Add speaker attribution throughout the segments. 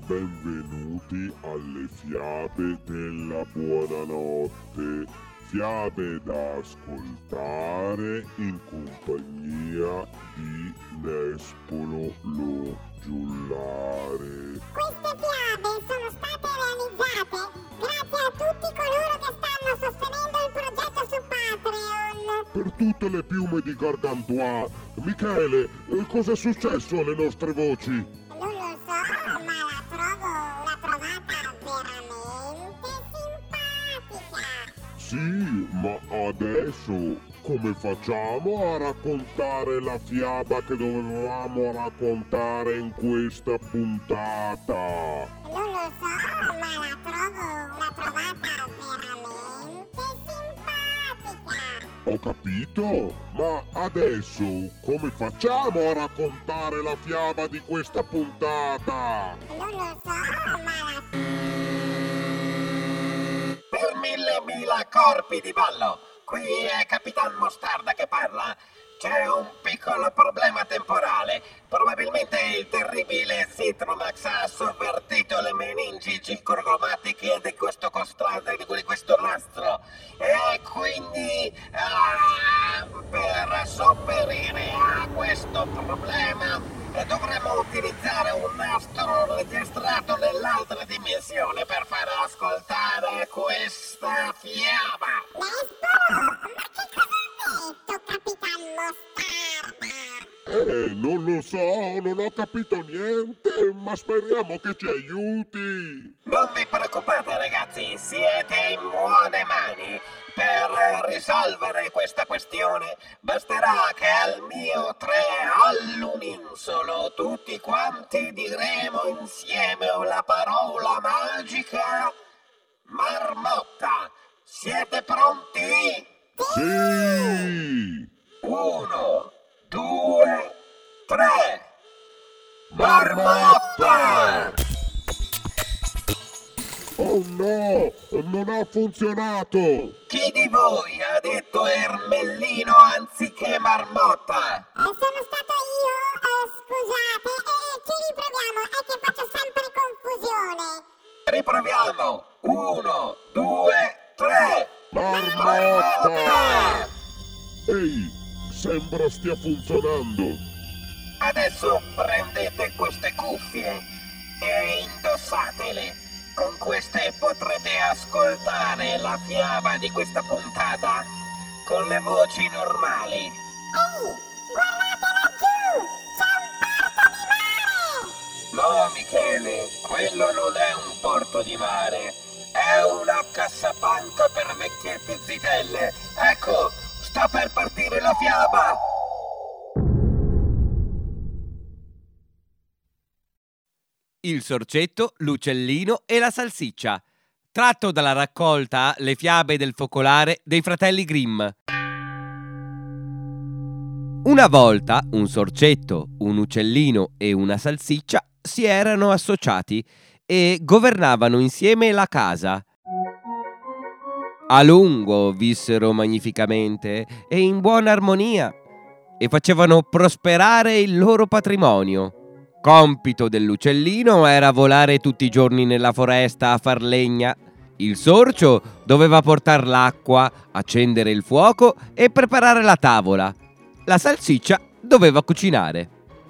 Speaker 1: benvenuti alle fiabe della buonanotte, fiabe da ascoltare in compagnia di Nespolo lo giullare.
Speaker 2: Queste fiabe sono state realizzate grazie a tutti coloro che stanno sostenendo il progetto su Patreon.
Speaker 1: Per tutte le piume di Gargantua, Michele, cosa è successo alle nostre voci?
Speaker 2: Non lo so, ma la trovo una trovata veramente simpatica.
Speaker 1: Sì, ma adesso come facciamo a raccontare la fiaba che dovevamo raccontare in questa puntata?
Speaker 2: Non lo so, ma la trovo una trovata veramente simpatica.
Speaker 1: Ho capito, ma adesso come facciamo a raccontare la fiaba di questa puntata?
Speaker 2: Non lo so, ma la...
Speaker 3: Per 1000 corpi di ballo, qui è Capitan Mostarda che parla. C'è un piccolo problema temporale. Probabilmente il terribile Citromax ha sovvertito le meningi circocromatiche di questo nastro. E quindi, per sopperire a questo problema, dovremmo utilizzare un nastro registrato nell'altra dimensione per far ascoltare questa fiaba.
Speaker 2: Nespolo, ma che cosa ha detto Capitan Mostarda?
Speaker 1: Non lo so, non ho capito niente, ma speriamo che ci aiuti.
Speaker 3: Non vi preoccupate ragazzi, siete in buone mani. Per risolvere questa questione basterà che al mio 3 all'unisono tutti quanti diremo insieme la parola magica marmotta. Siete pronti?
Speaker 1: Sì!
Speaker 3: 1, 2, 3. Marmotta!
Speaker 1: Oh no, non ha funzionato!
Speaker 3: Chi di voi ha detto Ermellino anziché marmotta?
Speaker 2: Sono stato io, scusate, ci riproviamo, è che faccio sempre confusione.
Speaker 3: Riproviamo! 1, 2, 3.
Speaker 1: Marmotta! Ehi, sembra stia funzionando.
Speaker 3: Adesso prendete queste cuffie e indossatele. Con queste potrete ascoltare la fiaba di questa puntata con le voci normali.
Speaker 2: Ehi, guardate laggiù, c'è un porto di mare!
Speaker 3: No, Michele, quello non è un porto di mare, è una cassapanca per vecchiette zitelle. Ecco, sta per partire la fiaba.
Speaker 4: Il sorcetto, l'uccellino e la salsiccia, tratto dalla raccolta Le fiabe del focolare dei fratelli Grimm. Una volta un sorcetto, un uccellino e una salsiccia si erano associati e governavano insieme la casa. A lungo vissero magnificamente e in buona armonia e facevano prosperare il loro patrimonio. Compito dell'uccellino era volare tutti i giorni nella foresta a far legna. Il sorcio doveva portare l'acqua, accendere il fuoco e preparare la tavola. La salsiccia doveva cucinare.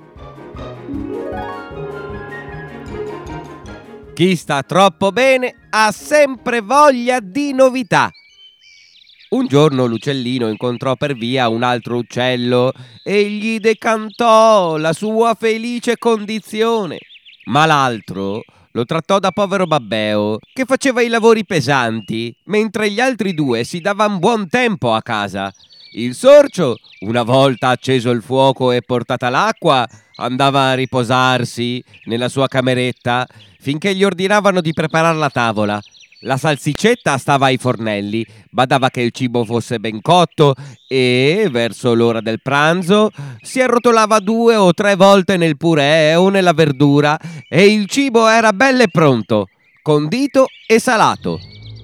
Speaker 4: Chi sta troppo bene ha sempre voglia di novità. Un giorno l'uccellino incontrò per via un altro uccello e gli decantò la sua felice condizione. Ma l'altro lo trattò da povero babbeo che faceva i lavori pesanti, mentre gli altri due si davano buon tempo a casa. Il sorcio, una volta acceso il fuoco e portata l'acqua, andava a riposarsi nella sua cameretta finché gli ordinavano di preparare la tavola. La salsiccetta stava ai fornelli, badava che il cibo fosse ben cotto e, verso l'ora del pranzo, si arrotolava 2 o 3 volte nel purè o nella verdura e il cibo era bello e pronto, condito e salato.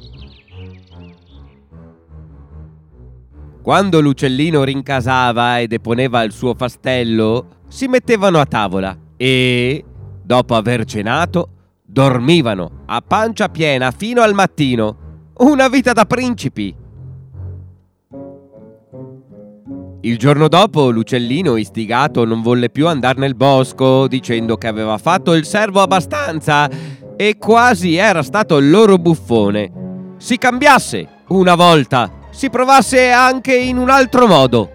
Speaker 4: Quando l'uccellino rincasava e deponeva il suo fastello, si mettevano a tavola e, dopo aver cenato, dormivano a pancia piena fino al mattino. Una vita da principi. Il giorno dopo l'uccellino, istigato, non volle più andare nel bosco, dicendo che aveva fatto il servo abbastanza e quasi era stato il loro buffone. Si cambiasse una volta, si provasse anche in un altro modo.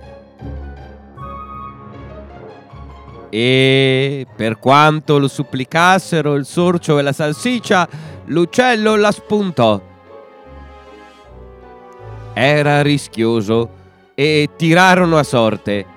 Speaker 4: E per quanto lo supplicassero il sorcio e la salsiccia, l'uccello la spuntò. Era rischioso e tirarono a sorte.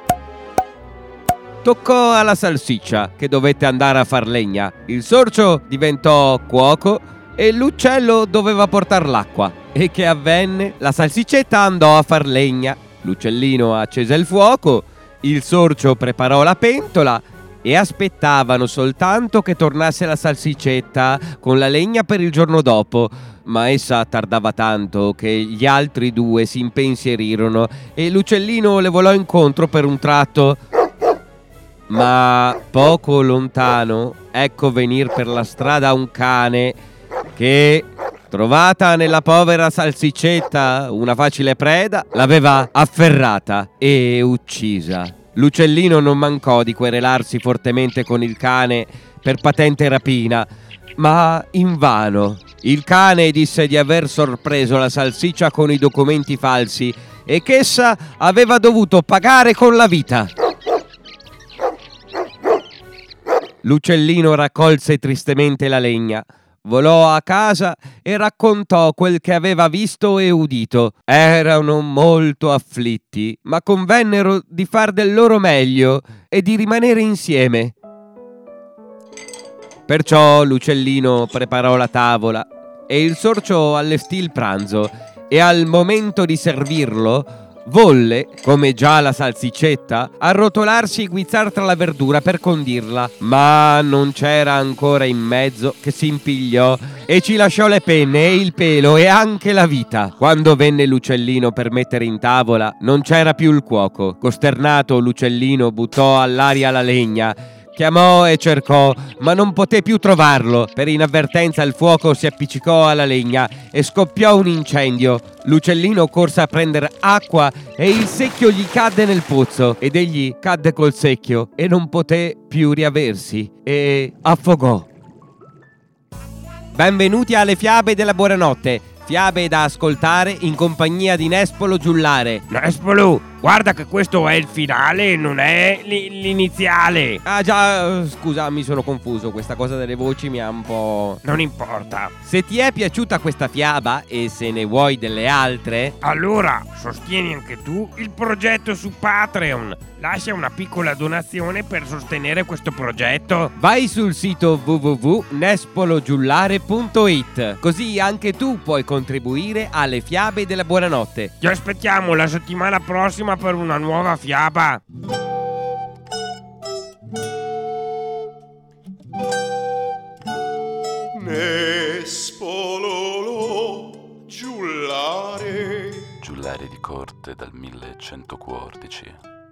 Speaker 4: Toccò alla salsiccia, che dovette andare a far legna. Il sorcio diventò cuoco e l'uccello doveva portar l'acqua. E che avvenne? La salsiccetta andò a far legna, l'uccellino accese il fuoco, il sorcio preparò la pentola e aspettavano soltanto che tornasse la salsiccetta con la legna per il giorno dopo. Ma essa tardava tanto che gli altri due si impensierirono e l'uccellino le volò incontro per un tratto. Ma poco lontano ecco venir per la strada un cane che, trovata nella povera salsiccetta una facile preda, l'aveva afferrata e uccisa. L'uccellino non mancò di querelarsi fortemente con il cane per patente rapina, ma invano. Il cane disse di aver sorpreso la salsiccia con i documenti falsi e che essa aveva dovuto pagare con la vita. L'uccellino raccolse tristemente la legna, volò a casa e raccontò quel che aveva visto e udito. Erano molto afflitti, ma convennero di far del loro meglio e di rimanere insieme. Perciò l'uccellino preparò la tavola e il sorcio allestì il pranzo e al momento di servirlo volle, come già la salsiccetta, arrotolarsi e guizzar tra la verdura per condirla, ma non c'era ancora in mezzo che si impigliò e ci lasciò le penne e il pelo e anche la vita. Quando venne l'uccellino per mettere in tavola non c'era più il cuoco. Costernato l'uccellino buttò all'aria la legna, chiamò e cercò, ma non poté più trovarlo. Per inavvertenza il fuoco si appiccicò alla legna e scoppiò un incendio. L'uccellino corse a prendere acqua e il secchio gli cadde nel pozzo ed egli cadde col secchio e non poté più riaversi e affogò. Benvenuti alle fiabe della buonanotte, fiabe da ascoltare in compagnia di Nespolo Giullare.
Speaker 5: Nespolo, guarda che questo è il finale, non è l'iniziale.
Speaker 4: Ah già, scusa, mi sono confuso, questa cosa delle voci mi ha un po'...
Speaker 5: Non importa.
Speaker 4: Se ti è piaciuta questa fiaba e se ne vuoi delle altre,
Speaker 5: allora sostieni anche tu il progetto su Patreon. Lascia una piccola donazione per sostenere questo progetto.
Speaker 4: vai sul sito www.nespologiullare.it, così anche tu puoi contribuire alle fiabe della buonanotte.
Speaker 5: Ti aspettiamo la settimana prossima per una nuova fiaba.
Speaker 6: Nespolo Giullare.
Speaker 7: Giullare di corte dal 1114.